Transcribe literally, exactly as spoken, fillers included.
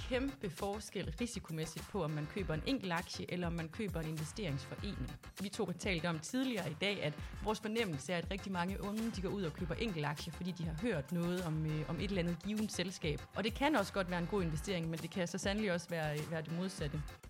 kæmpe forskel risikomæssigt på, om man køber en enkelt aktie, eller om man køber en investeringsforening. Vi to har talt om tidligere i dag, at vores fornemmelse er, at rigtig mange unge de går ud og køber enkelt aktier, fordi de har hørt noget om, øh, om et eller andet givet selskab. Og det kan også godt være en god investering, men det kan så sandelig også være, være det modsatte.